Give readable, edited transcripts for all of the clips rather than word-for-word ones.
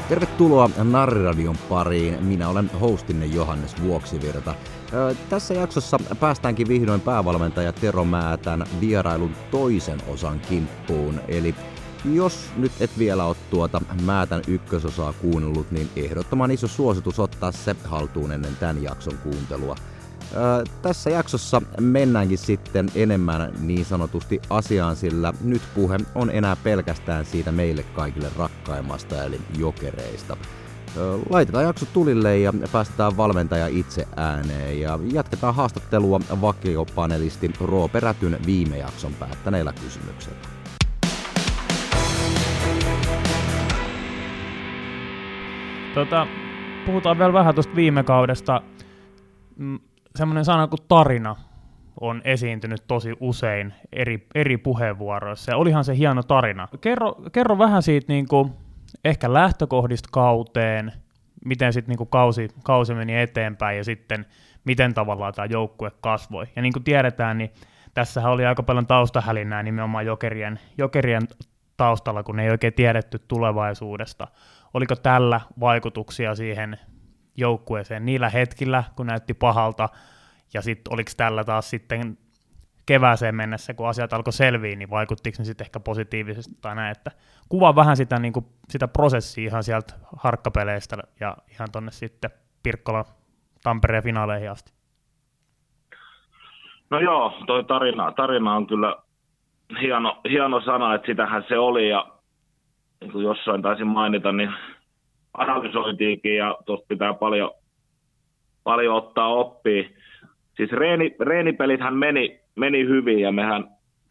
Tervetuloa Narriradion pariin. Minä olen hostinne Johannes Vuoksivirta. Tässä jaksossa päästäänkin vihdoin päävalmentaja Tero Määtän vierailun toisen osan kimppuun. Eli jos nyt et vielä ole tuota Määtän ykkösosaa kuunnellut, niin ehdottoman iso suositus ottaa se haltuun ennen tämän jakson kuuntelua. Tässä jaksossa mennäänkin sitten enemmän niin sanotusti asiaan, sillä nyt puhe on enää pelkästään siitä meille kaikille rakkaimmasta eli Jokereista. Laitetaan jakso tulille ja päästetään valmentaja itse ääneen ja jatketaan haastattelua vakiopanelisti Roope Rätyn viime jakson päättäneellä kysymyksellä. Puhutaan vielä vähän tuosta viime kaudesta. Semmoinen sana kuin tarina on esiintynyt tosi usein eri puheenvuoroissa, ja olihan se hieno tarina. Kerro vähän siitä niinku, ehkä lähtökohdista kauteen, miten sitten niinku kausi meni eteenpäin, ja sitten miten tavallaan tämä joukkue kasvoi. Ja niin kuin tiedetään, niin tässähän oli aika paljon taustahälinää nimenomaan jokerien taustalla, kun ei oikein tiedetty tulevaisuudesta. Oliko tällä vaikutuksia siihen joukkueeseen niillä hetkillä, kun näytti pahalta, ja sitten oliko tällä taas sitten kevääseen mennessä, kun asiat alkoi selviä, niin vaikuttiko ne sitten ehkä positiivisesti tai näin, että kuvaa vähän sitä, niin kuin, sitä prosessia ihan sieltä harkkapeleistä ja ihan tonne sitten Pirkkolan Tampereen finaaleihin asti. No joo, toi tarina on kyllä hieno sana, että sitähän se oli, ja niin kuin jossain taisin mainita, niin analysointiinkin, ja tuosta pitää paljon ottaa oppia. Siis reenipelithän meni hyvin, ja mehän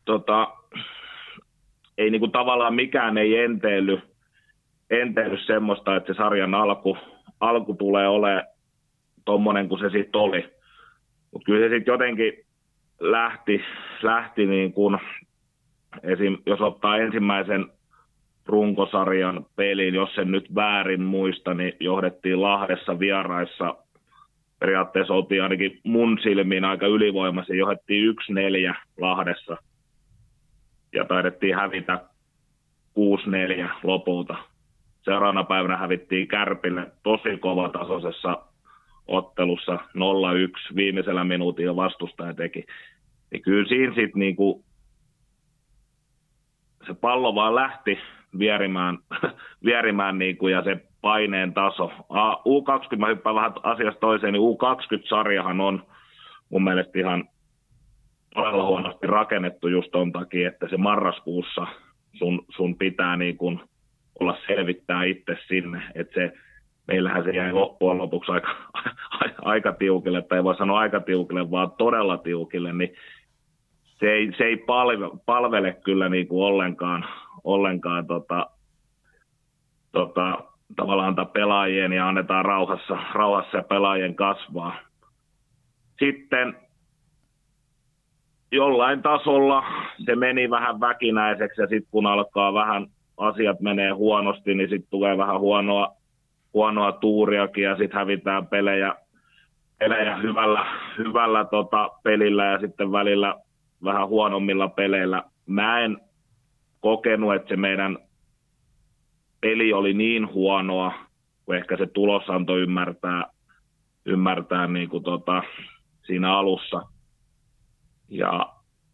ei niinku tavallaan mikään ei enteily semmoista, että se sarjan alku tulee olemaan tommonen kuin se sitten oli. Mutta kyllä se sitten jotenkin lähti niin kuin, jos ottaa ensimmäisen runkosarjan peliin, jos en nyt väärin muista, niin johdettiin Lahdessa vieraissa. Periaatteessa oltiin ainakin mun silmiin aika ylivoimaisia. Johdettiin 1-4 Lahdessa ja taidettiin hävitä 6-4 lopulta. Seuraavana päivänä hävittiin Kärpille tosi kovatasoisessa ottelussa 0-1 viimeisellä minuutilla vastustaja teki. Ja kyllä siinä sitten niinku se pallo vaan lähti vierimään niinku, ja se paineen taso. U20, mä hyppään vähän asiasta toiseen, niin U20-sarjahan on mun mielestä ihan todella huonosti rakennettu just ton takia, että se marraskuussa sun pitää niin kuin olla selvittää itse sinne, että se, meillähän se jäi loppujen lopuksi aika tiukille, tai ei voi sanoa aika tiukille, vaan todella tiukille, niin se ei palvele kyllä niin kuin ollenkaan tavallaan antaa pelaajien ja annetaan rauhassa ja pelaajien kasvaa. Sitten jollain tasolla se meni vähän väkinäiseksi, ja sitten kun alkaa vähän asiat menee huonosti, niin sitten tulee vähän huonoa tuuriakin, ja sitten hävitään pelejä hyvällä pelillä ja sitten välillä vähän huonommilla peleillä. Mä en kokenut, että se meidän peli oli niin huonoa, kun ehkä se tulos antoi ymmärtää niin kuin siinä alussa. Ja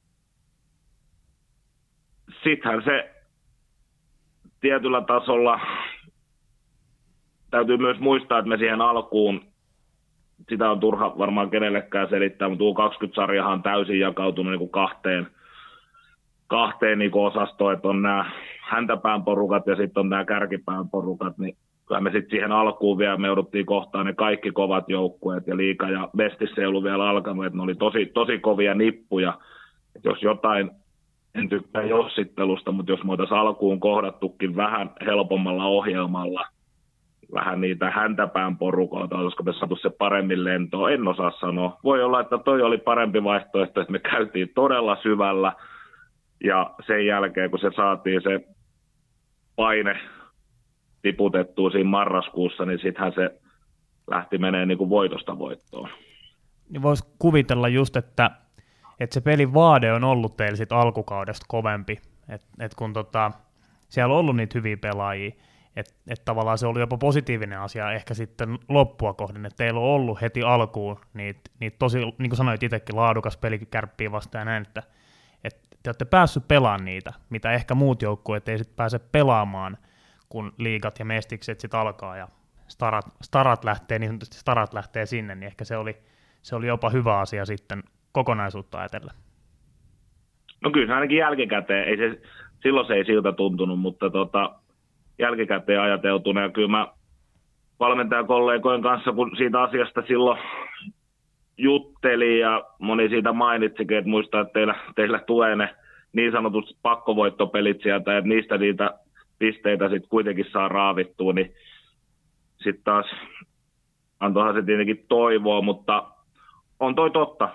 sittenhän se tietyllä tasolla täytyy myös muistaa, että me siihen alkuun, sitä on turha varmaan kenellekään selittää, mutta U20-sarjahan on täysin jakautunut niin kuin kahteen niin kuin osastoon, että on nämä häntäpään porukat ja sitten on nämä kärkipään porukat, niin kyllä me sitten siihen alkuun vielä me jouduttiin kohtaan ne kaikki kovat joukkueet, ja liiga ja Vestissä ei ollut vielä alkanut, että ne oli tosi kovia nippuja. Et jos jotain, en tykkää jossittelusta, mutta jos me oltaisiin alkuun kohdattukin vähän helpommalla ohjelmalla, vähän niitä häntäpään porukoita, olisiko me saatu se paremmin lentoon, en osaa sanoa. Voi olla, että toi oli parempi vaihtoehto, että me käytiin todella syvällä, ja sen jälkeen, kun se saatiin se paine tiputettua siinä marraskuussa, niin sittenhän se lähti menee niin kuin voitosta voittoon. Niin voisi kuvitella just, että se pelin vaade on ollut teillä sit alkukaudesta kovempi, että kun siellä on ollut niitä hyviä pelaajia, että tavallaan se oli jopa positiivinen asia ehkä sitten loppua kohden, että teillä on ollut heti alkuun niitä tosi, niin kuin sanoit itsekin, laadukas peli Kärppiä vastaan ja näin, että te olette päässyt pelaamaan niitä, mitä ehkä muut joukkueet ei sitten pääse pelaamaan, kun liigat ja mestikset sitten alkaa ja starat lähtee sinne, niin ehkä se oli jopa hyvä asia sitten kokonaisuutta ajatellen. No kyllä ainakin jälkikäteen, silloin se ei siltä tuntunut, mutta jälkikäteen ajateltuna, ja kyllä mä valmentajakollegojen kanssa, kun siitä asiasta silloin juttelin ja moni siitä mainitsikin, että muistaa, että teillä tulee ne niin sanotut pakkovoittopelit sieltä, että niistä niitä pisteitä sitten kuitenkin saa raavittua, niin sitten taas antoihan se tietenkin toivoa, mutta on toi totta.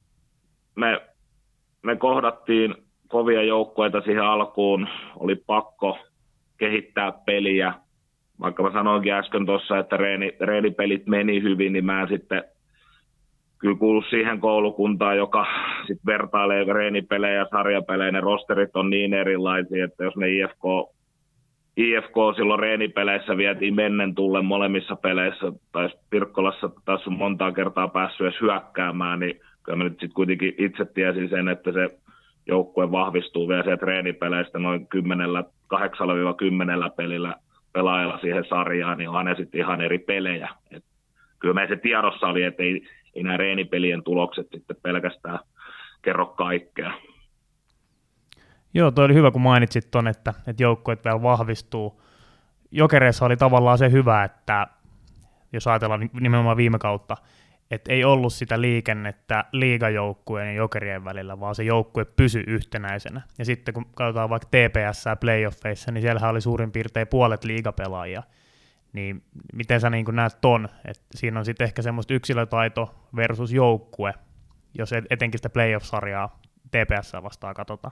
Me kohdattiin kovia joukkoita siihen alkuun, oli pakko kehittää peliä. Vaikka mä sanoinkin äsken tuossa, että reenipelit meni hyvin, niin mä en sitten kyllä kuulu siihen koulukuntaan, joka sitten vertailee reenipelejä ja sarjapelejä. Ne rosterit on niin erilaisia, että jos me IFK silloin reenipeleissä vietiin mennen tullen molemmissa peleissä, tai Pirkkolassa taas on montaa kertaa päässyt edes hyökkäämään, niin kyllä mä nyt sitten kuitenkin itse tiesin sen, että se joukkue vahvistuu vielä sieltä treenipeleistä noin 8-10 pelillä pelaajalla siihen sarjaan, niin onhan ne sitten ihan eri pelejä. Et kyllä me se tiedossa oli, että ei nämä reenipelien tulokset sitten pelkästään kerro kaikkea. Joo, toi oli hyvä, kun mainitsit ton, että joukkueet vielä vahvistuu. Jokereissa oli tavallaan se hyvä, että jos ajatellaan nimenomaan viime kautta, että ei ollut sitä liikennettä liigajoukkueen ja jokerien välillä, vaan se joukkue pysyi yhtenäisenä. Ja sitten kun katsotaan vaikka TPS ja playoffeissa, niin siellähän oli suurin piirtein puolet liigapelaajia. Niin miten sä niin näet ton, että siinä on sitten ehkä semmoista yksilötaito versus joukkue, jos etenkin sitä playoff-sarjaa TPS vastaan katsotaan?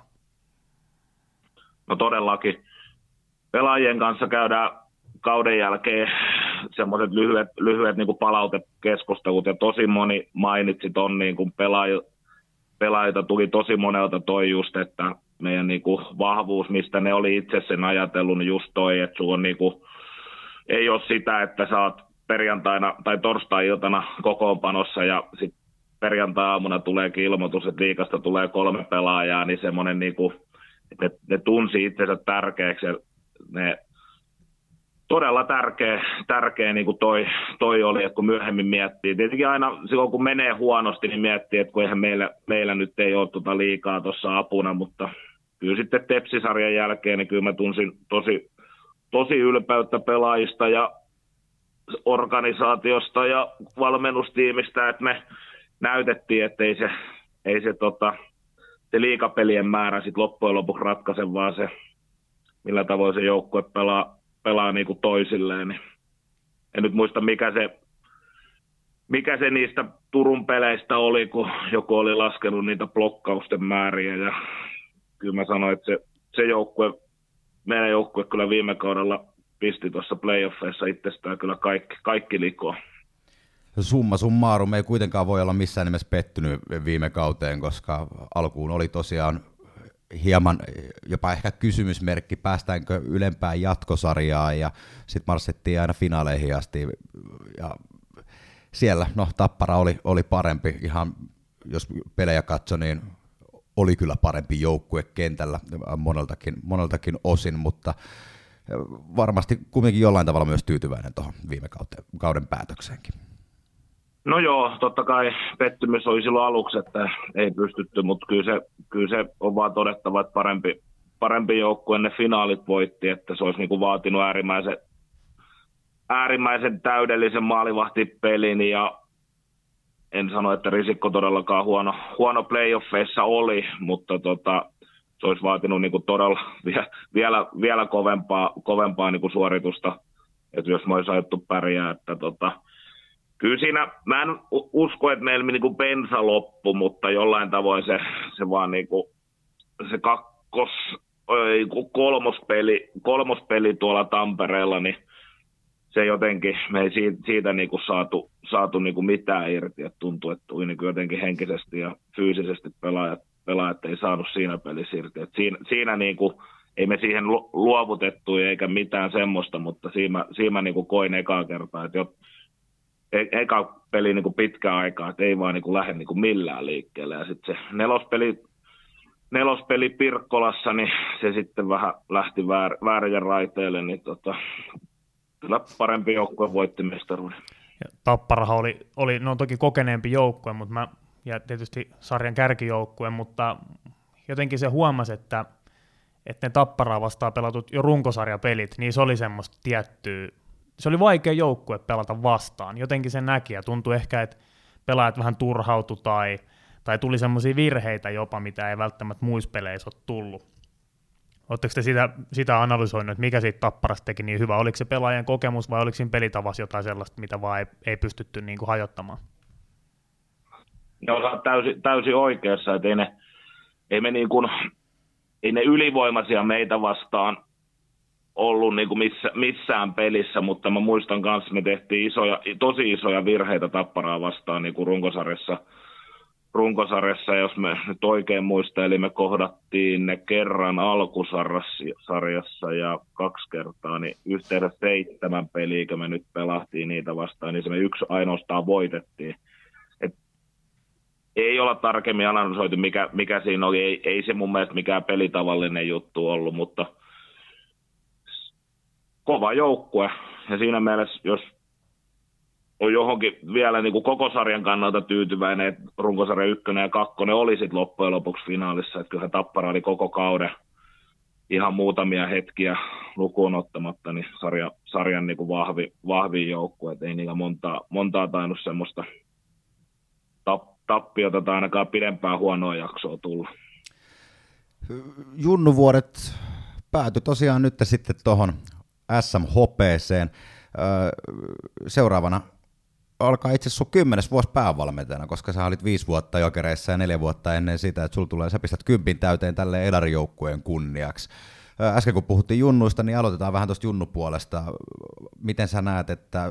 No todellakin. Pelaajien kanssa käydään kauden jälkeen semmoiset lyhyet niin kuin palautekeskustelut, ja tosi moni mainitsi ton niin kuin pelaajilta tuli tosi monelta toi just, että meidän niin kuin vahvuus, mistä ne oli itse sen ajatellut, niin just toi, että sulla on niin kuin, ei ole sitä, että sä oot perjantaina tai torstai-iltana kokoonpanossa ja sitten perjantai-aamuna tuleekin ilmoitus, että liigasta tulee 3 pelaajaa, niin semmoinen niin kuin, että ne tunsi itsensä tärkeäksi ja ne todella tärkeä niin kuin toi oli, että kun myöhemmin miettii. Tietenkin aina silloin, kun menee huonosti, niin miettii, että kun eihän meillä nyt ei ole liikaa tuossa apuna, mutta kyllä sitten Tepsi-sarjan jälkeen, niin kyllä mä tunsin tosi ylpeyttä pelaajista ja organisaatiosta ja valmennustiimistä, että me näytettiin, että ei se liigapelien määrä sit loppujen lopuksi ratkaise, vaan se, millä tavoin se joukkue pelaa niin kuin toisilleen. Niin en nyt muista, mikä se niistä Turun peleistä oli, kun joku oli laskenut niitä blokkausten määriä. Ja kyllä mä sanoin, että meidän joukkue kyllä viime kaudella pisti tuossa playoffeissa itsestään kyllä kaikki likoon. Summa summarum ei kuitenkaan voi olla missään nimessä pettynyt viime kauteen, koska alkuun oli tosiaan hieman jopa ehkä kysymysmerkki, päästäänkö ylempään jatkosarjaan, ja sitten marssittiin aina finaaleihin asti, ja siellä Tappara oli parempi, ihan jos pelejä katsoi, niin oli kyllä parempi joukkue kentällä moneltakin osin, mutta varmasti kuitenkin jollain tavalla myös tyytyväinen tuohon viime kauden päätökseenkin. No joo, totta kai pettymys oli silloin aluksi, että ei pystytty, mutta kyllä se on vaan todettava, että parempi joukkue ne finaalit voitti, että se olisi niin kuin vaatinut äärimmäisen täydellisen maalivahtipelin, ja en sano, että Risikko todellakaan huono playoffeissa oli, mutta se olisi vaatinut niin kuin todella vielä kovempaa niin kuin suoritusta, että jos me olisi ajettu pärjää, että kyllä siinä, mä en usko, että meillä niin kuin bensa loppu, mutta jollain tavoin se vaan niin kuin, se kolmospeli tuolla Tampereella, niin se jotenkin, me ei siitä niin kuin saatu niin kuin mitään irti, että tuntuu, että tuli niin kuin jotenkin henkisesti ja fyysisesti pelaajat ei saanut siinä pelissä irti. Että siinä niin kuin ei me siihen luovutettu eikä mitään semmoista, mutta siinä niin kuin koin ekaa kertaa, että eka peli niin kuin pitkään aikaa, että ei vaan niin kuin lähde niin kuin millään liikkeelle. Ja sitten se nelospeli Pirkkolassa, niin se sitten vähän lähti väärille raiteille, niin kyllä parempi joukkue voitti mestaruuden. Tapparahan oli no toki kokeneempi joukkue, ja tietysti sarjan kärkijoukkue, mutta jotenkin se huomasi, että ne Tapparaa vastaan pelatut jo runkosarjapelit, niin se oli semmoista tiettyä, se oli vaikea joukkue pelata vastaan. Jotenkin se näki ja tuntui ehkä, että pelaajat vähän turhautu tai tuli semmoisia virheitä jopa, mitä ei välttämättä muissa peleissä ole tullut. Oletteko te sitä analysoinut, että mikä siitä Tapparasta teki niin hyvä? Oliko se pelaajien kokemus vai oliko siinä pelitavassa jotain sellaista, mitä vaan ei pystytty niin kuin hajottamaan? Ne on täysin oikeassa, että ei ne ylivoimaisia meitä vastaan ollut niin kuin missään pelissä, mutta mä muistan kanssa, että me tehtiin tosi isoja virheitä Tapparaa vastaan niin kuin runkosarjassa, jos me nyt oikein muistan, eli me kohdattiin ne kerran alkusarjassa ja 2 kertaa, niin yhteensä 7 peliä, kun me nyt pelattiin niitä vastaan, niin se me 1 ainoastaan voitettiin. Et ei olla tarkemmin analysoitu, mikä siinä oli, ei se mun mielestä mikään pelitavallinen juttu ollut, mutta kova joukkue, ja siinä mielessä, jos on johonkin vielä niin kuin koko sarjan kannalta tyytyväinen, että runkosarja 1 ja 2 oli sitten loppujen lopuksi finaalissa, että kyllähän Tappara oli koko kauden ihan muutamia hetkiä lukuun ottamatta, niin sarjan niin kuin vahvin joukkue, että ei niillä montaa tainnut semmoista tappiota tai ainakaan pidempää huonoa jaksoa tulla. Junnuvuodet päätyi tosiaan nyt sitten tuohon SM-hopeeseen. Seuraavana alkaa itse asiassa sun 10. vuosi päävalmentajana, koska sä olit 5 vuotta Jokereissa ja 4 vuotta ennen sitä, että sä pistät 10 täyteen tälle edarijoukkueen kunniaksi. Äsken kun puhuttiin junnuista, niin aloitetaan vähän tuosta junnupuolesta. Miten sä näet, että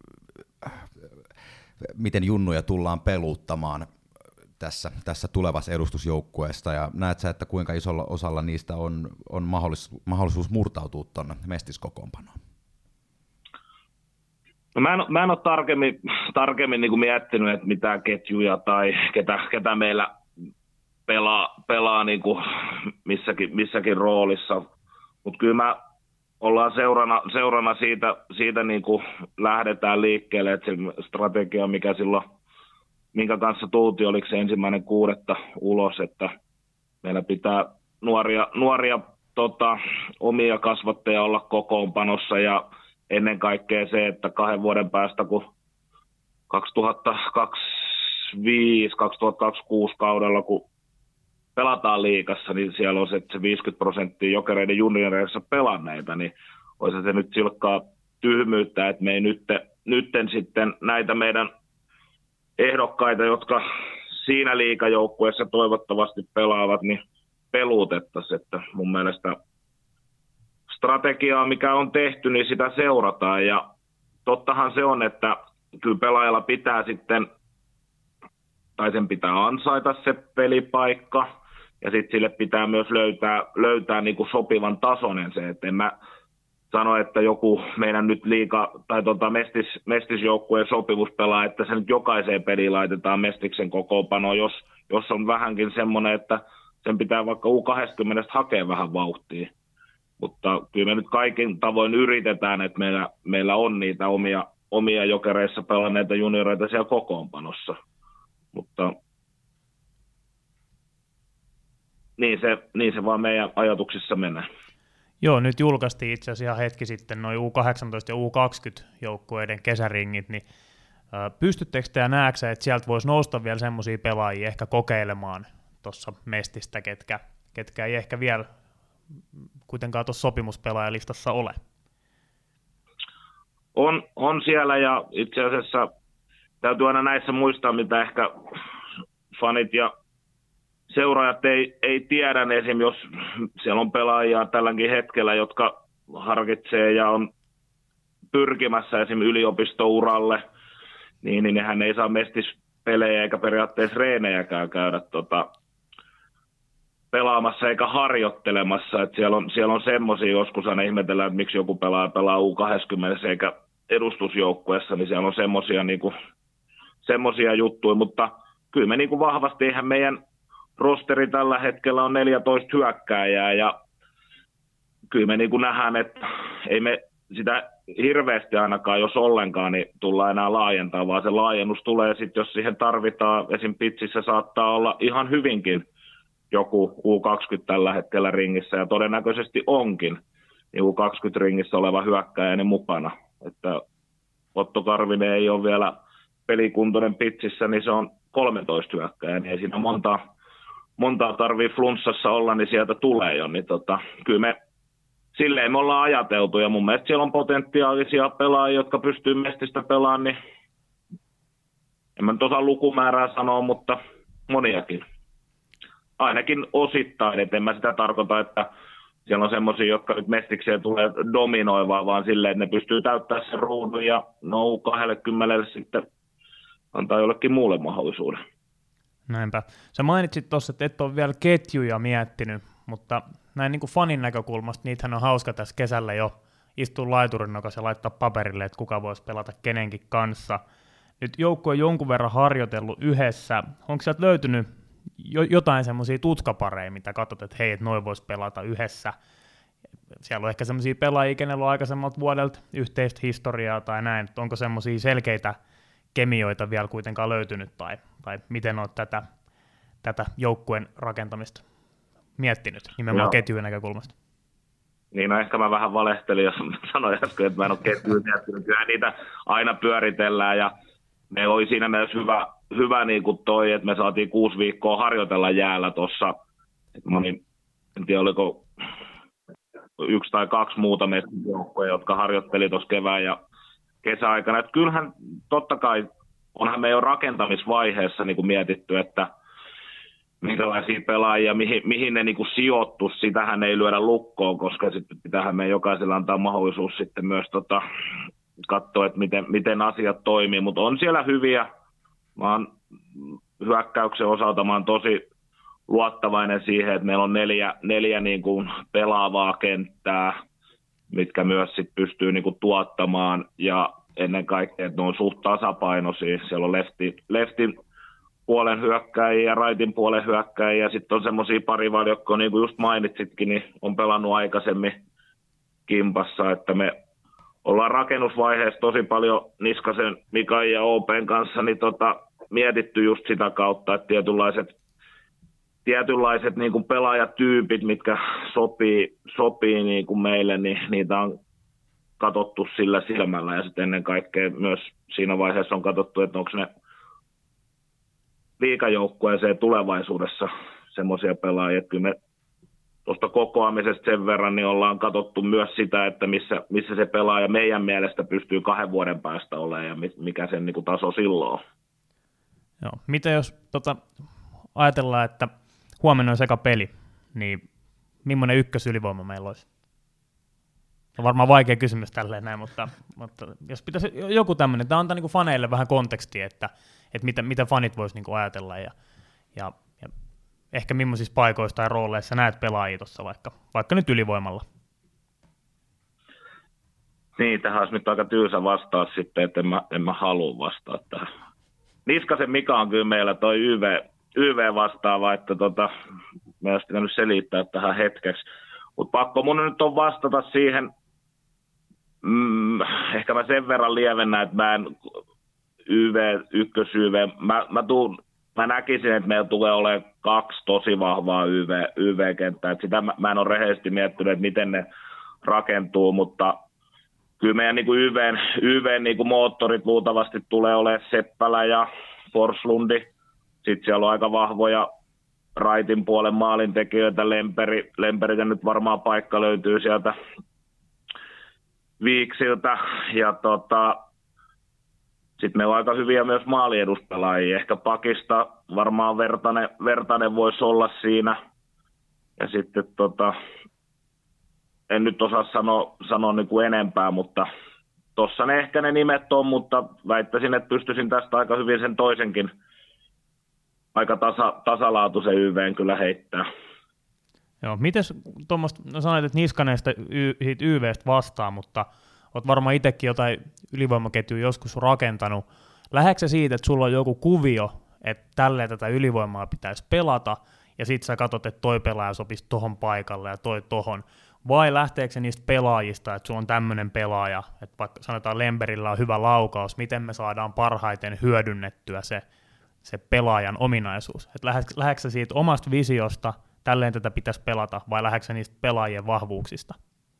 miten junnuja tullaan peluuttamaan tässä tulevassa edustusjoukkueesta, ja näet sä, että kuinka isolla osalla niistä on mahdollisuus murtautua tuonne mestiskokoonpanoon? No mä en ole tarkemmin niin kuin miettinyt, että mitä ketjuja tai ketä meillä pelaa niin kuin missäkin roolissa, mutta kyllä mä ollaan seurana siitä niin kuin lähdetään liikkeelle, että se strategia, minkä kanssa tultiin, oliko se 1.6. ulos, että meillä pitää nuoria omia kasvattajia olla kokoonpanossa, ja ennen kaikkea se, että 2 vuoden päästä, kun 2025-2026 kaudella, kun pelataan liigassa, niin siellä on se 50% Jokereiden junioreissa pelanneita, niin olisi se nyt silkkaa tyhmyyttä, että me ei nytten sitten näitä meidän ehdokkaita, jotka siinä liigajoukkueessa toivottavasti pelaavat, niin peluutettaisiin, että mun mielestä strategiaa, mikä on tehty, niin sitä seurataan, ja tottahan se on, että kyllä pelaajalla pitää sitten, tai sen pitää ansaita se pelipaikka, ja sitten sille pitää myös löytää niin kuin sopivan tasoinen se, että en mä sano, että joku meidän nyt tai mestisjoukkueen sopivuspelaa, että se nyt jokaiseen peliin laitetaan mestiksen kokoonpanoon, jos on vähänkin semmoinen, että sen pitää vaikka U20 hakea vähän vauhtia. Mutta kyllä me nyt kaikin tavoin yritetään, että meillä on niitä omia Jokereissa pelanneita junioreita siellä kokoonpanossa. Mutta niin se vaan meidän ajatuksissa menee. Joo, nyt julkaistiin itse asiassa ihan hetki sitten noin U18 ja U20 joukkueiden kesäringit, niin pystyttekö te ja näetkö, että sieltä voisi nousta vielä semmoisia pelaajia ehkä kokeilemaan tuossa mestistä, ketkä ei ehkä vielä kuitenkaan tuossa sopimuspelaajalistassa ole? On siellä, ja itse asiassa täytyy aina näissä muistaa, mitä ehkä fanit ja seuraajat ei tiedä, esim. Jos siellä on pelaajia tälläkin hetkellä, jotka harkitsee ja on pyrkimässä esim. Yliopistouralle, niin nehän ei saa mestispelejä eikä periaatteessa reenejäkään käydä pelaamassa eikä harjoittelemassa. Et siellä on semmoisia, joskus aina ihmetellään, että miksi joku pelaa U20 eikä edustusjoukkueessa, niin siellä on semmoisia juttuja, mutta kyllä me vahvasti, eihän meidän rosteri tällä hetkellä on 14 hyökkääjää ja kyllä me nähdään, että ei me sitä hirveästi ainakaan, jos ollenkaan, niin tullaan enää laajentaa, vaan se laajennus tulee sitten, jos siihen tarvitaan. Esim. Pitsissä saattaa olla ihan hyvinkin joku U20 tällä hetkellä ringissä, ja todennäköisesti onkin niin U20-ringissä oleva hyökkääjäni mukana. Että Otto Karvinen ei ole vielä pelikuntoinen Pitsissä, niin se on 13 hyökkääjää, niin ei siinä montaa tarvii flunssassa olla, niin sieltä tulee jo. Niin kyllä me silleen me ollaan ajateltu, ja mun mielestä siellä on potentiaalisia pelaajia, jotka pystyy Mestistä pelaamaan, niin en mä nyt osaa lukumäärää sanoa, mutta moniakin. Ainakin osittain, että en mä sitä tarkoita, että siellä on semmoisia, jotka nyt Mestikseen tulee dominoivaa, vaan silleen, että ne pystyy täyttämään sen ruudun ja U20 sitten antaa jollekin muulle mahdollisuuden. Näinpä. Sä mainitsit tuossa, että et ole vielä ketjuja miettinyt, mutta näin niin kuin fanin näkökulmasta, niitähän on hauska tässä kesällä jo istua laiturin nokassa ja laittaa paperille, että kuka voisi pelata kenenkin kanssa. Nyt joukko on jonkun verran harjoitellut yhdessä. Onko sieltä löytynyt jotain semmoisia tutkapareja, mitä katsot, että hei, että noin voisi pelata yhdessä? Siellä on ehkä semmoisia pelaajia, kenellä on aikaisemmalta vuodelta yhteistä historiaa tai näin. Onko semmoisia selkeitä kemioita vielä kuitenkaan löytynyt tai miten olet tätä joukkueen rakentamista miettinyt nimenomaan ketjujen näkökulmasta? Niin, no ehkä mä vähän valehtelin, jos sanoin äsken, että mä en ole ketjuja miettinyt. Kyllä niitä aina pyöritellään ja me oli siinä myös hyvä niin kuin toi, että me saatiin 6 viikkoa harjoitella jäällä tuossa. En tiedä, oliko 1 tai 2 muuta joukkoja, jotka harjoitteli tuossa kevään ja kesäaikana. Että kyllähän totta kai onhan me jo rakentamisvaiheessa niin kuin mietitty, että minkälaisia pelaajia, mihin ne niin kuin sijoittu, sitähän ei lyödä lukkoon, koska sitten pitäähän me jokaisella antaa mahdollisuus sitten myös katsoa, että miten asiat toimii, mutta on siellä hyviä. Mä oon hyökkäyksen osalta mä oon tosi luottavainen siihen, että meillä on neljä niin kuin pelaavaa kenttää, mitkä myös sit pystyy niin kuin tuottamaan ja ennen kaikkea, että ne on suht tasapainoisia. Siellä on leftin puolen hyökkäjiä ja raitin puolen hyökkäjiä ja sitten on semmoisia parivaljakkoja, niin kuin just mainitsitkin, niin on pelannut aikaisemmin kimpassa, että me ollaan rakennusvaiheessa tosi paljon Niskasen Mikan ja OPn kanssa niin mietitty just sitä kautta, että tietynlaiset niin kuin pelaajatyypit, mitkä sopii niin kuin meille, niin niitä on katsottu sillä silmällä ja sitten ennen kaikkea myös siinä vaiheessa on katsottu, että onko ne liigajoukkueeseen tulevaisuudessa semmoisia pelaajia, että kyllä me tuosta kokoamisesta sen verran niin ollaan katsottu myös sitä, että missä se pelaaja meidän mielestä pystyy 2 vuoden päästä olemaan ja mikä sen niin kuin taso silloin on. Joo. Mitä jos ajatellaan, että huomenna on eka peli, niin millainen ykkösylivoima meillä olisi? On varmaan vaikea kysymys tälleen näin, mutta jos pitäisi joku tämmöinen, tämä antaa niin kuin faneille vähän kontekstia, että mitä fanit vois niin kuin ajatella ja ehkä millaisissa paikoissa tai rooleissa näet pelaajia tuossa vaikka nyt ylivoimalla? Niin, tähän olisi nyt aika tylsä vastaa sitten, että en mä halua vastaa tähän. Niskasen Mika on kyllä meillä toi YV vastaava, että me olisi pitänyt selittää tähän hetkeksi. Mutta pakko mun nyt on vastata siihen, ehkä mä sen verran lievennän, että mä en ykkös-YV, mä näkisin, että meillä tulee olemaan 2 tosi vahvaa YV-kenttää. Sitä mä en ole rehellisesti miettinyt, että miten ne rakentuu, mutta kyllä meidän niin kuin YVn niin kuin moottorit luultavasti tulee olemaan Seppälä ja Forslundi. Sitten siellä on aika vahvoja raitin puolen maalintekijöitä, Lemperiltä nyt varmaan paikka löytyy sieltä Viiksiltä. Ja sitten meillä on aika hyviä myös maalieduspelaajia. Ehkä pakista varmaan Vertanen voisi olla siinä. Ja sitten en nyt osaa sanoa niin kuin enempää, mutta tuossa ne ehkä ne nimet on, mutta väittäisin, että pystyisin tästä aika hyvin sen toisenkin aika tasalaatuisen YVn kyllä heittää. Joo, mites tuommoista, no sanoit, että Niskaneesta YVstä vastaa, mutta oot varmaan itsekin jotain ylivoimaketjua joskus rakentanut. Lähdekö se siitä, että sulla on joku kuvio, että tälleen tätä ylivoimaa pitäisi pelata, ja sit sä katsot, että toi pelaaja sopisi tohon paikalle ja toi tohon, vai lähteekö se niistä pelaajista, että sulla on tämmöinen pelaaja, että vaikka sanotaan Lemberillä on hyvä laukaus, miten me saadaan parhaiten hyödynnettyä se pelaajan ominaisuus, että lähdekö sä siitä omasta visiosta, tälleen tätä pitäisi pelata, vai lähdekö sä niistä pelaajien vahvuuksista?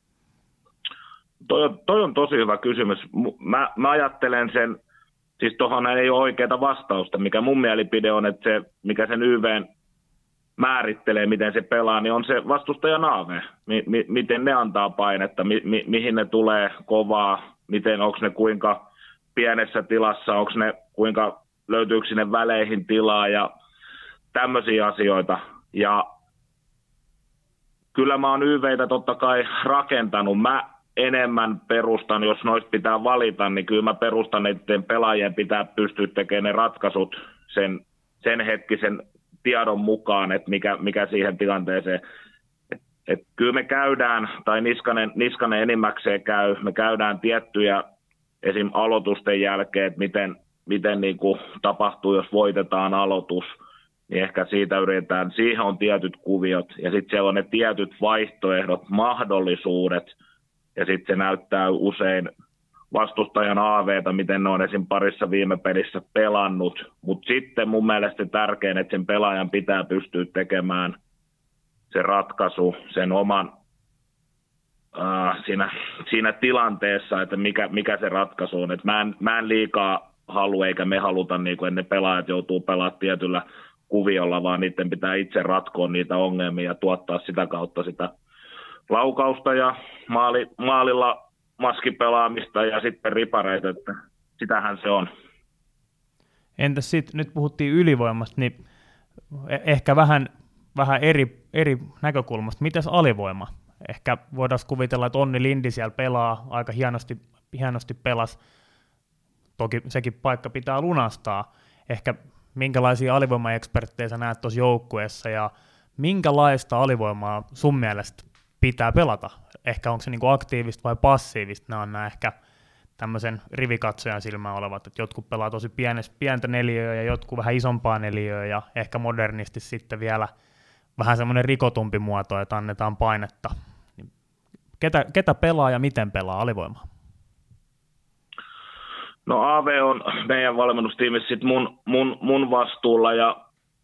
Toi on tosi hyvä kysymys. Mä ajattelen sen, siis tuohon ei ole oikeaa vastausta, mikä mun mielipide on, että se, mikä sen YVn määrittelee, miten se pelaa, niin on se vastustajan aave. Miten ne antaa painetta, mihin ne tulee kovaa, onko ne kuinka pienessä tilassa, onko ne kuinka löytyykö sinne väleihin tilaa ja tämmöisiä asioita. Ja kyllä mä oon YVitä totta kai rakentanut. Mä enemmän perustan, jos noista pitää valita, niin kyllä mä perustan, että pelaajien pitää pystyä tekemään ne ratkaisut sen hetkisen tiedon mukaan, että mikä siihen tilanteeseen. Et kyllä me käydään, tai Niskanen enimmäkseen me käydään tiettyjä esim. Aloitusten jälkeen, että miten niin kuin tapahtuu, jos voitetaan aloitus, niin ehkä siitä yritetään, siihen on tietyt kuviot, ja sitten siellä on ne tietyt vaihtoehdot, mahdollisuudet, ja sitten se näyttää usein vastustajan aaveita, miten ne on esim. Parissa viime pelissä pelannut. Mutta sitten mun mielestä tärkein, että sen pelaajan pitää pystyä tekemään se ratkaisu sen oman siinä tilanteessa, että mikä se ratkaisu on. Et mä en liikaa halua, eikä me haluta, niin kun ne pelaajat joutuu pelaamaan tietyllä kuviolla, vaan niiden pitää itse ratkoa niitä ongelmia ja tuottaa sitä kautta sitä laukausta ja maalilla maskipelaamista ja sitten ripareita, että sitähän se on. Entäs sitten, nyt puhuttiin ylivoimasta, niin ehkä vähän eri näkökulmasta. Mitäs alivoima? Ehkä voidaan kuvitella, että Onni Lindi siellä pelaa, aika hienosti pelasi. Toki sekin paikka pitää lunastaa. Ehkä minkälaisia alivoimaeksperttejä sä näet tuossa joukkueessa ja minkälaista alivoimaa sun mielestä pitää pelata? Ehkä onko se niinku aktiivista vai passiivista? Nämä on ehkä tämmöisen rivikatsojan silmään olevat, että jotkut pelaa tosi pientä neliöä ja jotkut vähän isompaa neliöä ja ehkä modernisti sitten vielä vähän semmoinen rikotumpi muoto, että annetaan painetta. Ketä pelaa ja miten pelaa alivoimaa? No AV on meidän valmennustiimissä sit mun vastuulla ja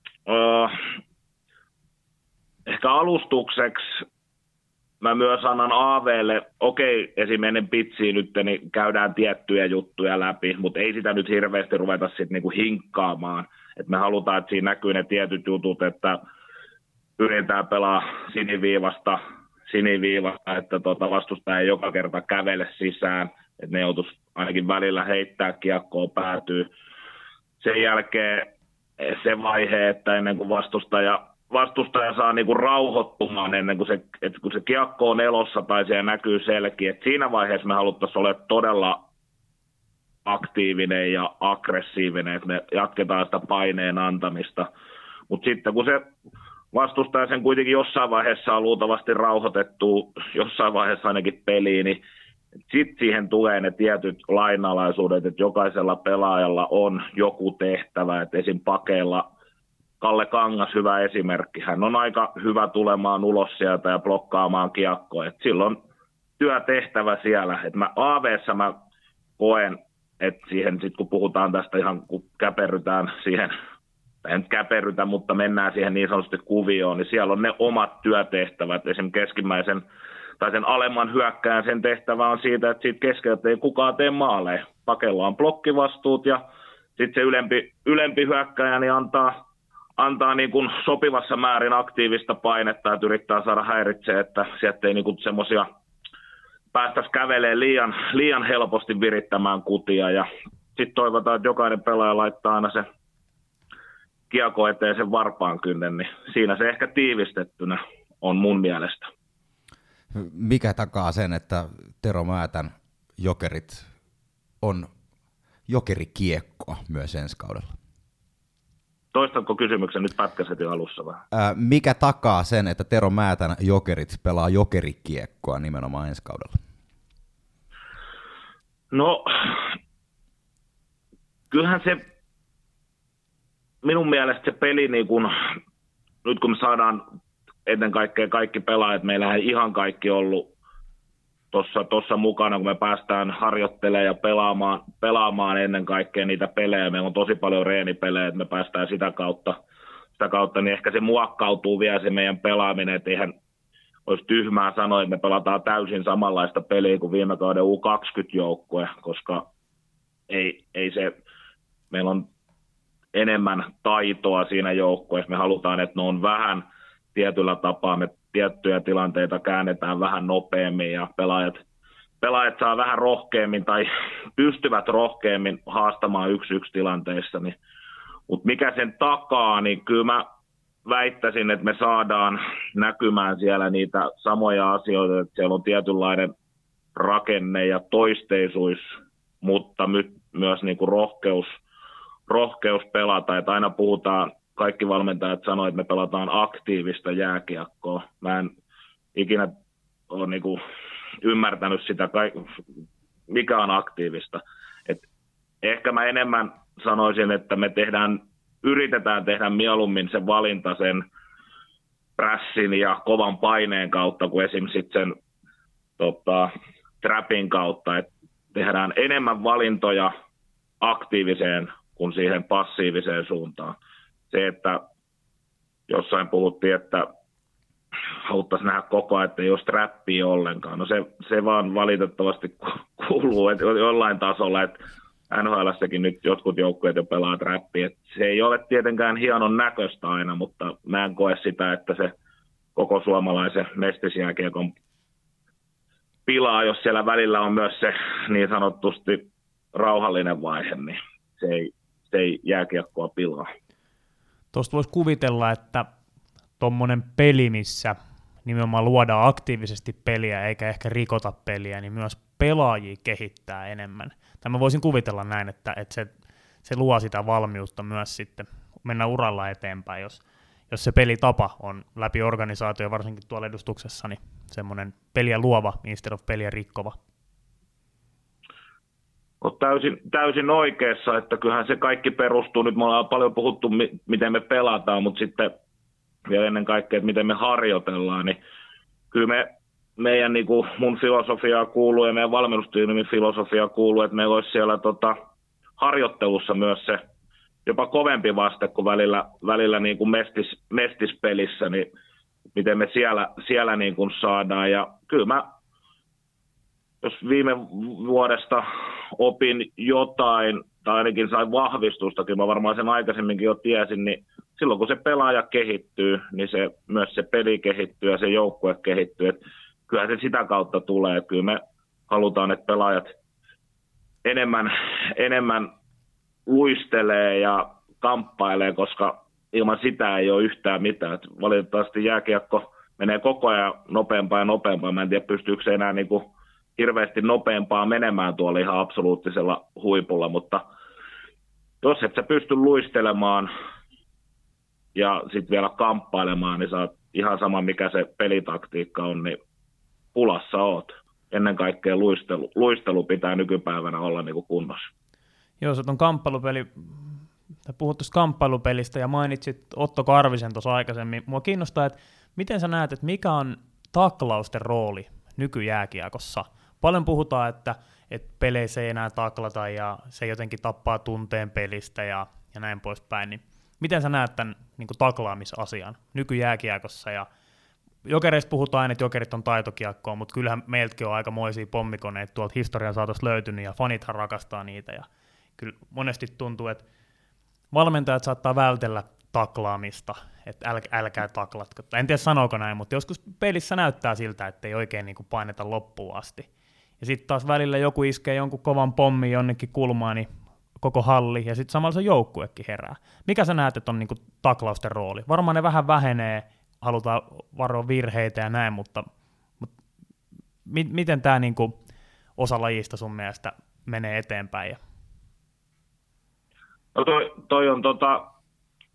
ehkä alustukseksi mä myös annan AVlle, esim. Ennen pitsiä nyt, niin käydään tiettyjä juttuja läpi, mutta ei sitä nyt hirveästi ruveta sitten niinku hinkkaamaan. Et me halutaan, että siinä näkyy ne tietyt jutut, että yritetään pelaa siniviivasta, että vastustaja ei joka kerta kävele sisään, että ne joutuisi ainakin välillä heittää kiekkoa päätyy. Sen jälkeen se vaihe, että ennen kuin vastustaja saa niinku rauhoittumaan ennen kuin kun se kiekko on elossa tai siellä näkyy selkeä, että siinä vaiheessa me haluttaisiin olla todella aktiivinen ja aggressiivinen, että me jatketaan sitä paineen antamista. Mutta sitten kun se vastustaja sen kuitenkin jossain vaiheessa on luultavasti rauhoitettu, jossain vaiheessa ainakin peliin, niin sitten siihen tulee ne tietyt lainalaisuudet, että jokaisella pelaajalla on joku tehtävä, että esim. Pakeilla Kalle Kangas hyvä esimerkki. Hän on aika hyvä tulemaan ulos sieltä ja blokkaamaan kiekkoa. Sillä on työtehtävä siellä. AV:ssä mä koen, että siihen sit kun puhutaan tästä ihan kun käperrytään siihen, ei nyt käperrytä, mutta mennään siihen niin sanotusti kuvioon, niin siellä on ne omat työtehtävät. Esimerkiksi keskimmäisen tai sen alemman hyökkään sen tehtävä on siitä, että siitä keskeltä ei kukaan tee maaleja. Pakella on blokkivastuut ja sitten se ylempi hyökkääjä niin antaa niin kuin sopivassa määrin aktiivista painetta, että yrittää saada häiritseä, että sieltä ei niin semmoisia päästäisi kävelemään liian helposti virittämään kutia. Ja sitten toivotaan, että jokainen pelaaja laittaa aina se kiekko eteen sen varpaan kynnen, niin siinä se ehkä tiivistettynä on mun mielestä. Mikä takaa sen, että Tero Määtän Jokerit on jokerikiekkoa myös ensi kaudella? Toistatko kysymyksen nyt pätkäsetin alussa vähän? Mikä takaa sen, että Tero Määtän Jokerit pelaa jokerikiekkoa nimenomaan ensi kaudella? No, kyllähän se minun mielestä se peli, niin kun, nyt kun me saadaan ennen kaikkea kaikki pelaajat, meillähän ei ihan kaikki ollut tuossa mukana, kun me päästään harjoittelemaan ja pelaamaan ennen kaikkea niitä pelejä. Meillä on tosi paljon reenipelejä, että me päästään sitä kautta, niin ehkä se muokkautuu vielä se meidän pelaaminen, että eihän olisi tyhmää sanoa, että me pelataan täysin samanlaista peliä kuin viime kauden U20-joukkue, koska ei se, meillä on enemmän taitoa siinä joukkueessa. Me halutaan, että ne on vähän tietyllä tapaa, me tiettyjä tilanteita käännetään vähän nopeammin ja pelaajat saa vähän rohkeammin tai pystyvät rohkeammin haastamaan 1-1 tilanteissa. Mutta mikä sen takaa, niin kyllä mä väittäisin, että me saadaan näkymään siellä niitä samoja asioita, että siellä on tietynlainen rakenne ja toisteisuus, mutta myös niin kuin rohkeus pelata, että aina puhutaan, kaikki valmentajat sanoo, että me pelataan aktiivista jääkiekkoa. Mä en ikinä ole niin kuin ymmärtänyt sitä, mikä on aktiivista. Et ehkä mä enemmän sanoisin, että me yritetään tehdä mieluummin se valinta sen prässin ja kovan paineen kautta, kuin esimerkiksi sen trapin kautta, että tehdään enemmän valintoja aktiiviseen kuin siihen passiiviseen suuntaan. Se, että jossain puhuttiin, että haluttaisiin nähdä koko ajan, että ei ole strappia ollenkaan. No se vaan valitettavasti kuuluu että jollain tasolla, että NHL:ssäkin nyt jotkut joukkueet jo pelaa trappia. Se ei ole tietenkään hienon näköistä aina, mutta mä en koe sitä, että se koko suomalaisen mestisjääkiekon pilaa, jos siellä välillä on myös se niin sanotusti rauhallinen vaihe, niin se ei jääkiekkoa pilaa. Tuosta voisi kuvitella, että tuommoinen peli, missä nimenomaan luodaan aktiivisesti peliä eikä ehkä rikota peliä, niin myös pelaajia kehittää enemmän. Tai mä voisin kuvitella näin, että se luo sitä valmiutta myös sitten mennä uralla eteenpäin, jos se pelitapa on läpi organisaatio, varsinkin tuolla edustuksessa, niin semmoinen peliä luova instead of peliä rikkova. Olet täysin oikeassa, että kyllähän se kaikki perustuu, nyt me ollaan paljon puhuttu, miten me pelataan, mutta sitten vielä ennen kaikkea, että miten me harjoitellaan, niin kyllä meidän niin kuin mun filosofiaa kuuluu ja meidän valmennustiimin filosofiaa kuuluu, että meillä olisi siellä harjoittelussa myös se jopa kovempi vaste kuin välillä niin kuin mestispelissä, niin miten me siellä niin kuin saadaan. Ja kyllä jos viime vuodesta opin jotain, tai ainakin sain vahvistustakin, mä varmaan sen aikaisemminkin jo tiesin, niin silloin kun se pelaaja kehittyy, niin myös se peli kehittyy ja se joukkue kehittyy. Et kyllähän se sitä kautta tulee. Et kyllä me halutaan, että pelaajat enemmän luistelee ja kamppailee, koska ilman sitä ei ole yhtään mitään. Et valitettavasti jääkiekko menee koko ajan nopeampaa ja nopeampaa. Mä en tiedä, pystyykö se enää niinku hirveästi nopeampaa menemään tuolla ihan absoluuttisella huipulla, mutta jos et sä pysty luistelemaan ja sitten vielä kamppailemaan, niin saat ihan sama mikä se pelitaktiikka on, niin pulassa oot. Ennen kaikkea luistelu pitää nykypäivänä olla niin kuin kunnossa. Joo, se on kamppailupeli. Puhut tuosta kamppailupelistä ja mainitsit Otto Karvisen tuossa aikaisemmin. Mua kiinnostaa, että miten sä näet, että mikä on taklausten rooli nykyjääkiekossa? Paljon puhutaan, että peleissä ei enää taklata ja se jotenkin tappaa tunteen pelistä ja näin poispäin. Niin miten sä näet tämän niin kuin taklaamisasian nykyjääkiekossa? Ja Jokereista puhutaan aina, että Jokerit on taitokiekkoa, mutta kyllähän meiltäkin on aikamoisia pommikoneita tuolta historian saatossa löytynyt ja fanithan rakastaa niitä. Ja kyllä monesti tuntuu, että valmentajat saattaa vältellä taklaamista, että älkää taklatko. En tiedä sanooko näin, mutta joskus pelissä näyttää siltä, että ei oikein niin kuin paineta loppuun asti. Ja sitten taas välillä joku iskee jonkun kovan pommin jonnekin kulmaan, niin koko halli, ja sitten samalla se joukkuekin herää. Mikä sä näet, että on niin kuin taklausten rooli? Varmaan ne vähän vähenee, halutaan varoa virheitä ja näin, mutta miten tämä niin kuin osa lajista sun mielestä menee eteenpäin? No toi on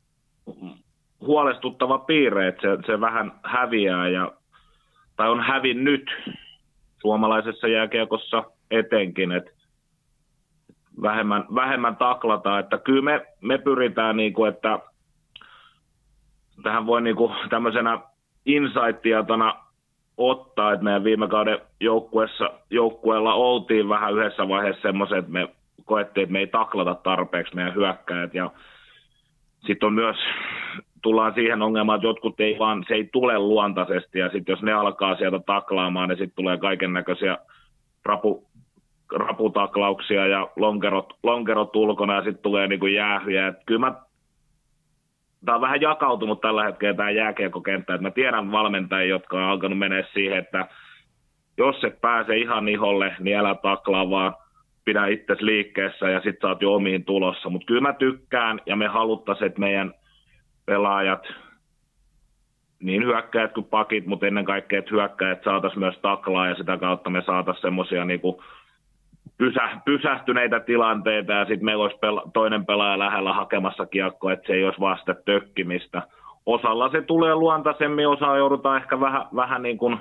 huolestuttava piirre, että se vähän häviää tai on hävinnyt suomalaisessa jääkiekossa etenkin, että vähemmän taklataan, että kyllä me pyritään niinku, että tähän voi niinku tämmöisenä insight-tietona ottaa, että meidän viime kauden joukkueella oltiin vähän yhdessä vaiheessa semmoiset, että me koettiin, että me ei taklata tarpeeksi meidän hyökkäjät, ja sitten on myös, tullaan siihen ongelmaan, että jotkut se ei tule luontaisesti, ja sitten jos ne alkaa sieltä taklaamaan, niin sitten tulee kaiken näköisiä raputaklauksia ja lonkerot ulkona, ja sitten tulee niinku jäähyjä. Kyllä tämä on vähän jakautunut tällä hetkellä tämä jääkiekkokenttä, että mä tiedän valmentajia, jotka on alkanut mennä siihen, että jos et pääse ihan iholle, niin älä taklaa, vaan pidä itsesi liikkeessä ja sit sä oot jo omiin tulossa. Mutta kyllä mä tykkään ja me haluttaisiin, että meidän pelaajat, niin hyökkäjät kuin pakit, mutta ennen kaikkea, että hyökkäjät saataisiin myös taklaa ja sitä kautta me saataisiin semmoisia niinku pysähtyneitä tilanteita ja sitten meillä olisi toinen pelaaja lähellä hakemassa kiekkoa, että se ei olisi vasta tökkimistä. Osalla se tulee luontaisemmin, osaa joudutaan ehkä vähän niin kuin,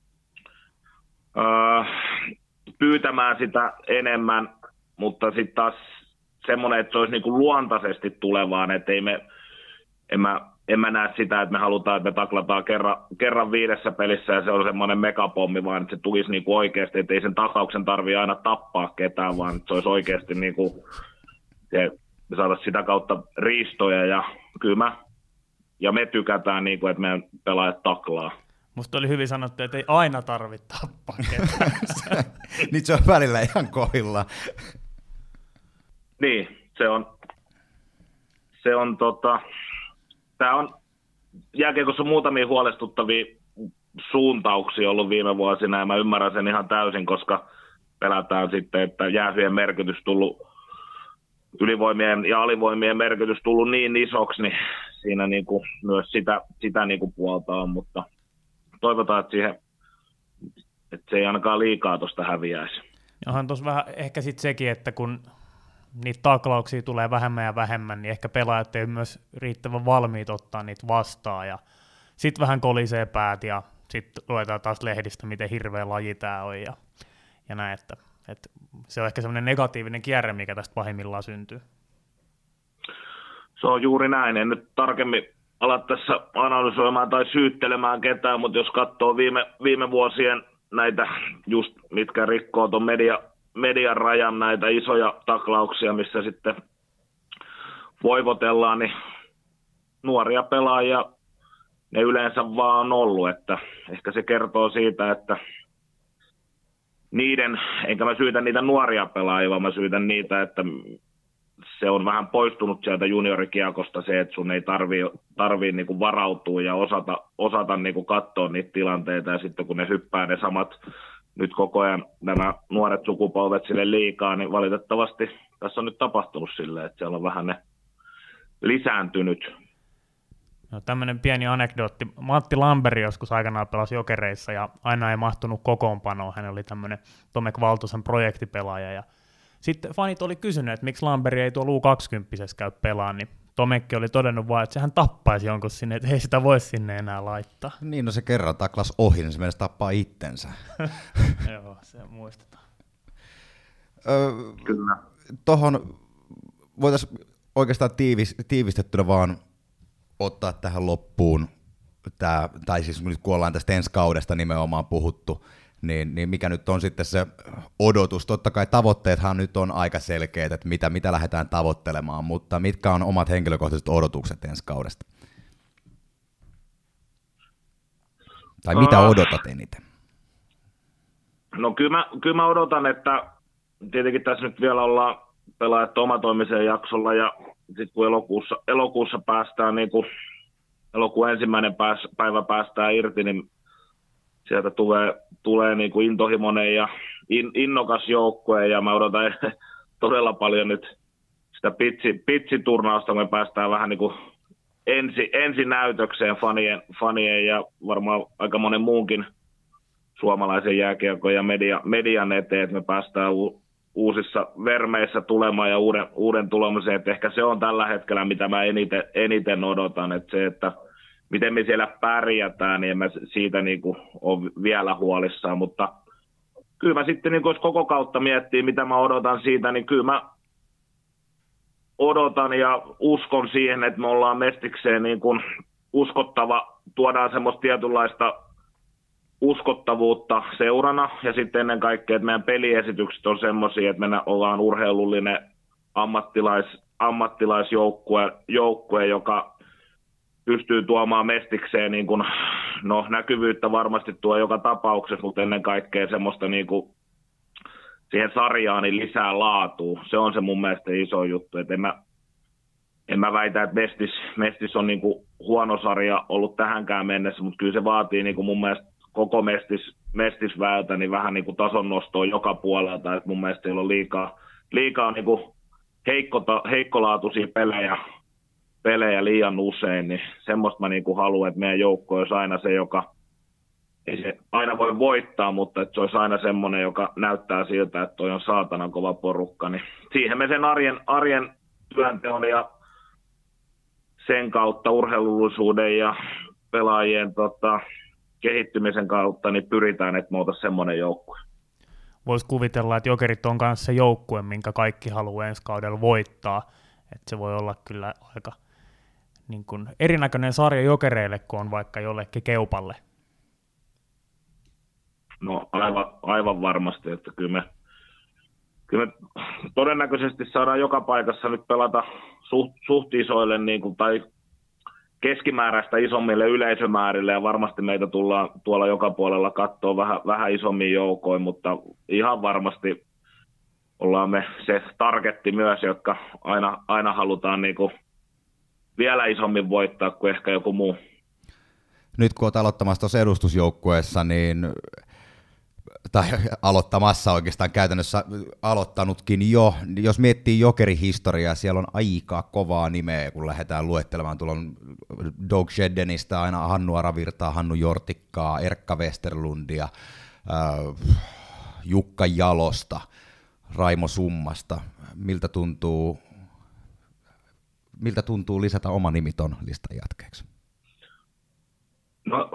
pyytämään sitä enemmän, mutta sitten taas semmoinen, että se olisi niin kuin luontaisesti tulevaan, että en mä näe sitä, että me halutaan, että me taklataan kerran 5 pelissä ja se on semmoinen megapommi, vaan että se tulisi niinku oikeasti, että ei sen taklauksen tarvitse aina tappaa ketään, vaan että se olisi oikeasti niinku, me saataisiin sitä kautta riistoja ja kyllä me tykätään niinku, että meidän pelaajat taklaa. Musta oli hyvin sanottu, että ei aina tarvitse tappaa ketään. Nyt se on välillä ihan kohdilla. Niin, tämä on jääkiekossa muutamia huolestuttavia suuntauksia ollut viime vuosina, ja mä ymmärrän sen ihan täysin, koska pelätään sitten, että jäähyjen merkitys tullut, ylivoimien ja alivoimien merkitys tullut niin isoksi, niin siinä niinku myös sitä niinku puoltaa, mutta toivotaan, että se ei ainakaan liikaa tuosta häviäisi. Onhan tuossa vähän ehkä sitten sekin, että kun niitä taklauksia tulee vähemmän ja vähemmän, niin ehkä pelaajat ei myös riittävän valmiit ottaa niitä vastaan, ja sitten vähän kolisee päät, ja sitten luetaan taas lehdistä, miten hirveä laji tämä on, ja näin, että se on ehkä semmoinen negatiivinen kierre, mikä tästä pahimmillaan syntyy. Se on juuri näin, en nyt tarkemmin ala tässä analysoimaan tai syyttelemään ketään, mutta jos katsoo viime vuosien näitä, just mitkä rikkoo tuon median rajan näitä isoja taklauksia, missä sitten voivotellaan, niin nuoria pelaajia ne yleensä vaan on ollut, että ehkä se kertoo siitä, että enkä mä syytä niitä nuoria pelaajia, vaan mä syytän niitä, että se on vähän poistunut sieltä juniorikiekosta se, että sun ei tarvii niinku varautua ja osata niinku katsoa niitä tilanteita, ja sitten kun ne hyppää ne samat nyt koko ajan nämä nuoret sukupolvet sille liikaa, niin valitettavasti tässä on nyt tapahtunut silleen, että siellä on vähän ne lisääntynyt. No, tämmöinen pieni anekdootti. Matti Lamberi joskus aikanaan pelasi Jokereissa ja aina ei mahtunut kokoonpanoon. Hän oli tämmöinen Tomek Valtosen projektipelaaja. Ja sitten fanit oli kysynyt, että miksi Lamberi ei tuolla U20 käy pelaan, niin Tomekki oli todennut vaan, että sehän tappaisi jonkun sinne, että ei sitä voi sinne enää laittaa. Niin, no se kerran taklas ohi, niin se mennessä tappaa itsensä. Joo, se muistetaan. Kyllä. Tuohon voitaisiin oikeastaan tiivistettynä vaan ottaa tähän loppuun, tai siis nyt kun ollaan tästä ensi kaudesta nimenomaan puhuttu, niin mikä nyt on sitten se odotus? Totta kai tavoitteethan nyt on aika selkeät, että mitä lähdetään tavoittelemaan, mutta mitkä on omat henkilökohtaiset odotukset ensi kaudesta? Tai mitä odotat eniten? No kyllä mä odotan, että tietenkin tässä nyt vielä ollaan pelaajat omatoimisen jaksolla, ja sitten kun elokuussa päästään, niin kun elokuun 1. päivä päästään irti, niin sieltä tulee niin kuin intohimoinen ja innokas joukkue, ja mä odotan todella paljon nyt sitä pitsiturnausta, kun me päästään vähän niin kuin ensinäytökseen fanien ja varmaan aika monen muunkin suomalaisen jääkiekon ja median eteen, että me päästään uusissa vermeissä tulemaan ja uuden tulemisen, että ehkä se on tällä hetkellä, mitä mä eniten odotan, että se, että miten me siellä pärjätään, niin en mä siitä niin kuin ole vielä huolissaan, mutta kyllä mä sitten, niin jos koko kautta miettii, mitä mä odotan siitä, niin kyllä mä odotan ja uskon siihen, että me ollaan Mestikseen niin kuin uskottava, tuodaan semmoista tietynlaista uskottavuutta seurana ja sitten ennen kaikkea, että meidän peliesitykset on semmoisia, että me ollaan urheilullinen ammattilaisjoukkue, joka pystyy tuomaan Mestikseen niin kuin, no, näkyvyyttä varmasti tuo joka tapauksessa, mutta ennen kaikkea semmoista niin kuin, siihen sarjaan niin lisää laatua. Se on se mun mielestä iso juttu. Et en mä väitä, että Mestis on niin kuin huono sarja ollut tähänkään mennessä, mutta kyllä se vaatii niin kuin mun mielestä koko Mestisväyltä niin vähän niin kuin tason nostoa joka puolelta. Et mun mielestä siellä on liikaa niin kuin heikkolaatuisia pelejä liian usein, niin semmoista mä niin kuin haluan, että meidän joukko olisi aina se, joka ei se aina voi voittaa, mutta että se olisi aina semmoinen, joka näyttää siltä, että toi on saatanan kova porukka. Niin siihen me sen arjen työnteon ja sen kautta urheilullisuuden ja pelaajien kehittymisen kautta niin pyritään, että me oltaisiin semmoinen joukkue. Voisi kuvitella, että Jokerit on kanssa se joukkue, minkä kaikki haluaa ensi kaudella voittaa. Että se voi olla kyllä aika niin kuin erinäköinen sarja Jokereille, kun on vaikka jollekin Keupalle. No aivan varmasti, että kyllä me todennäköisesti saadaan joka paikassa nyt pelata suht isoille niin kuin, tai keskimääräistä isommille yleisömäärille ja varmasti meitä tullaan tuolla joka puolella katsoa vähän isommin joukoin, mutta ihan varmasti ollaan me se targetti myös, jotka aina halutaan niin kuin vielä isommin voittaa kuin ehkä joku muu. Nyt kun olet aloittamassa tuossa edustusjoukkueessa, niin tai aloittamassa oikeastaan käytännössä aloittanutkin jo. Jos miettii Jokeri-historiaa, siellä on aika kovaa nimeä, kun lähdetään luettelemaan. Tuolla on Doug Sheddenistä aina Hannu Aravirtaa, Hannu Jortikkaa, Erkka Westerlundia, Jukka Jalosta, Raimo Summasta. Miltä tuntuu lisätä oma nimi ton listan jatkeeksi? No,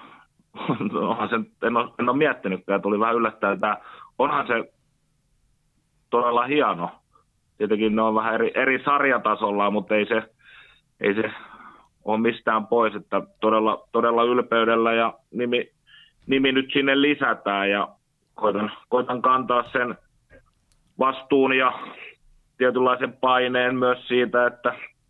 onhan se, en ole miettinytkään, tuli vähän yllättäen. Onhan se todella hieno. Tietenkin ne on vähän eri sarjatasolla, mutta ei se ole mistään pois. Että todella ylpeydellä ja nimi nyt sinne lisätään ja koitan kantaa sen vastuun ja tietynlaisen paineen myös siitä, että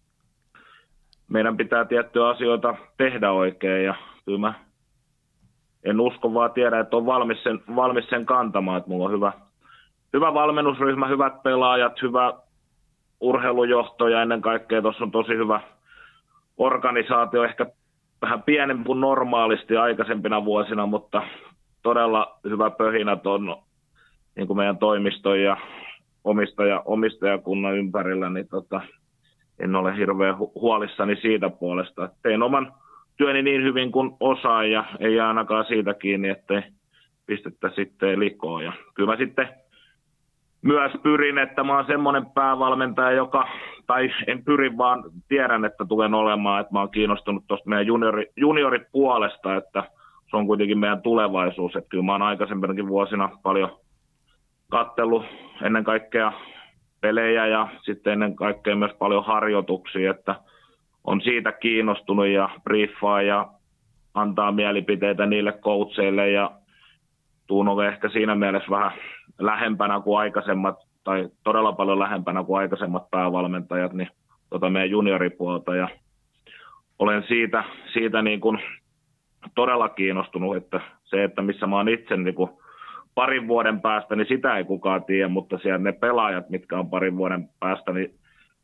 meidän pitää tiettyjä asioita tehdä oikein ja kyllä mä en usko vaan tiedä, että on valmis sen kantamaan, että mulla on hyvä valmennusryhmä, hyvät pelaajat, hyvä urheilujohto ja ennen kaikkea tuossa on tosi hyvä organisaatio, ehkä vähän pienempi kuin normaalisti aikaisempina vuosina, mutta todella hyvä pöhinä on niin kuin meidän toimiston ja omistajakunnan ympärillä, niin en ole hirveän huolissani siitä puolesta. Tein oman työni niin hyvin kuin osaan ja ei jää ainakaan siitä kiinni, ettei pistettä sitten likoon. Ja kyllä mä sitten myös pyrin, että mä oon semmoinen päävalmentaja, tai en pyri, vaan tiedän, että tulen olemaan, että mä oon kiinnostunut tuosta meidän juniorit puolesta, että se on kuitenkin meidän tulevaisuus. Että kyllä mä oon aikaisempinakin vuosina paljon katsellut ennen kaikkea pelejä ja sitten ennen kaikkea myös paljon harjoituksia, että on siitä kiinnostunut ja briefaa ja antaa mielipiteitä niille coacheille ja tuun ole ehkä siinä mielessä vähän lähempänä kuin aikaisemmat tai todella paljon lähempänä kuin aikaisemmat päävalmentajat niin meidän junioripuolta ja olen siitä niin kuin todella kiinnostunut, että se, että missä mä oon itse niin kuin parin vuoden päästä, niin sitä ei kukaan tiedä, mutta siellä ne pelaajat, mitkä on parin vuoden päästä, niin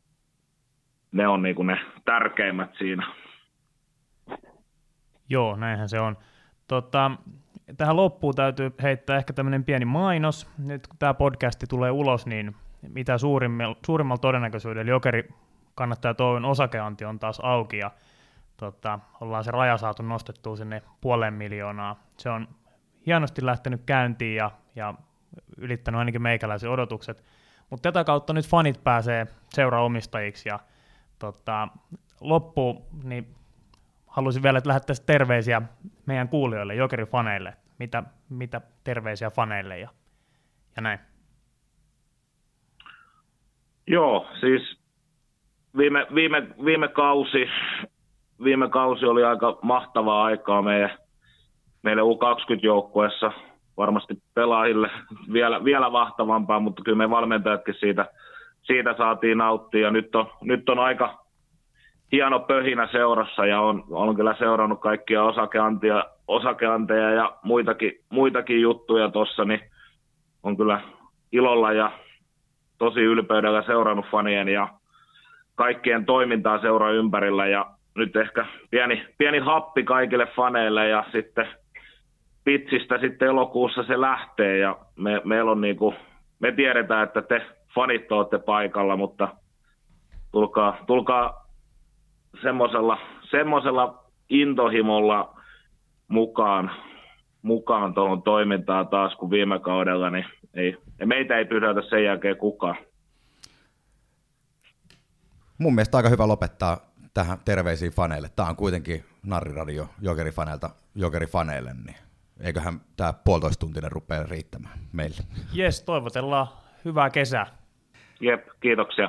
ne on niin kuin ne tärkeimmät siinä. Joo, näinhän se on. Tähän loppuun täytyy heittää ehkä tämmöinen pieni mainos. Nyt kun tämä podcasti tulee ulos, niin mitä suurimmalla todennäköisyydellä Jokeri kannattaa toivon osakeanti on taas auki ja ollaan se raja saatu nostettua sinne 500 000. Se on hienosti lähtenyt käyntiin ja ylittänyt ainakin meikäläisen odotukset. Mutta tätä kautta nyt fanit pääsee seuraomistajiksi ja loppuun niin haluaisin vielä lähettää terveisiä meidän kuulijoille, Jokeri-faneille. Mitä terveisiä faneille ja näin? Joo, siis viime kausi oli aika mahtavaa aikaa meille U20-joukkueessa. Varmasti pelaajille vielä mahtavampaa, mutta kyllä me valmentajatkin siitä saatiin nauttia. Ja nyt on aika hieno pöhinä seurassa ja on kyllä seurannut kaikkia osakeanteja ja muitakin juttuja tuossa, niin on kyllä ilolla ja tosi ylpeydellä seurannut fanien ja kaikkien toimintaa seuran ympärillä. Ja nyt ehkä pieni happi kaikille faneille ja sitten pitsistä sitten elokuussa se lähtee ja meillä on me tiedetään, että te fanit olette paikalla, mutta tulkaa semmoisella intohimolla mukaan tuohon toimintaan taas kuin viime kaudella, niin meitä ei pysäytä sen jälkeen kukaan. Mun mielestä aika hyvä lopettaa tähän terveisiin faneille. Tämä on kuitenkin Narriradio Jokeri-faneilta Jokeri-faneille, niin eiköhän tämä 1,5-tuntinen rupea riittämään meille. Jes, toivotellaan hyvää kesää. Jep, kiitoksia.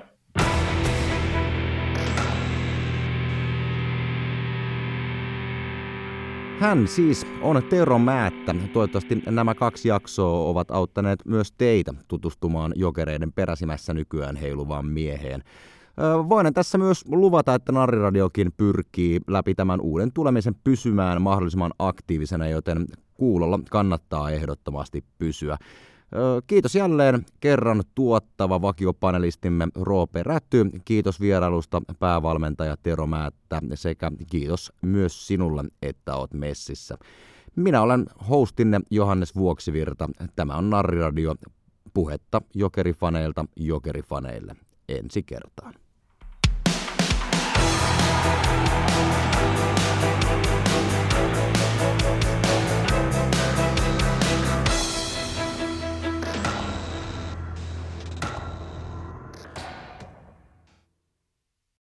Hän siis on Tero Määttä. Toivottavasti nämä 2 jaksoa ovat auttaneet myös teitä tutustumaan Jokereiden peräsimässä nykyään heiluvaan mieheen. Voin tässä myös luvata, että Narriradiokin pyrkii läpi tämän uuden tulemisen pysymään mahdollisimman aktiivisena, joten kuulolla kannattaa ehdottomasti pysyä. Kiitos jälleen kerran tuottava vakiopanelistimme Roope Räty. Kiitos vierailusta päävalmentaja Tero Määttä sekä kiitos myös sinulle, että oot messissä. Minä olen hostinne Johannes Vuoksivirta. Tämä on Narriradio, puhetta Jokerifaneilta Jokerifaneille. Ensi kertaan.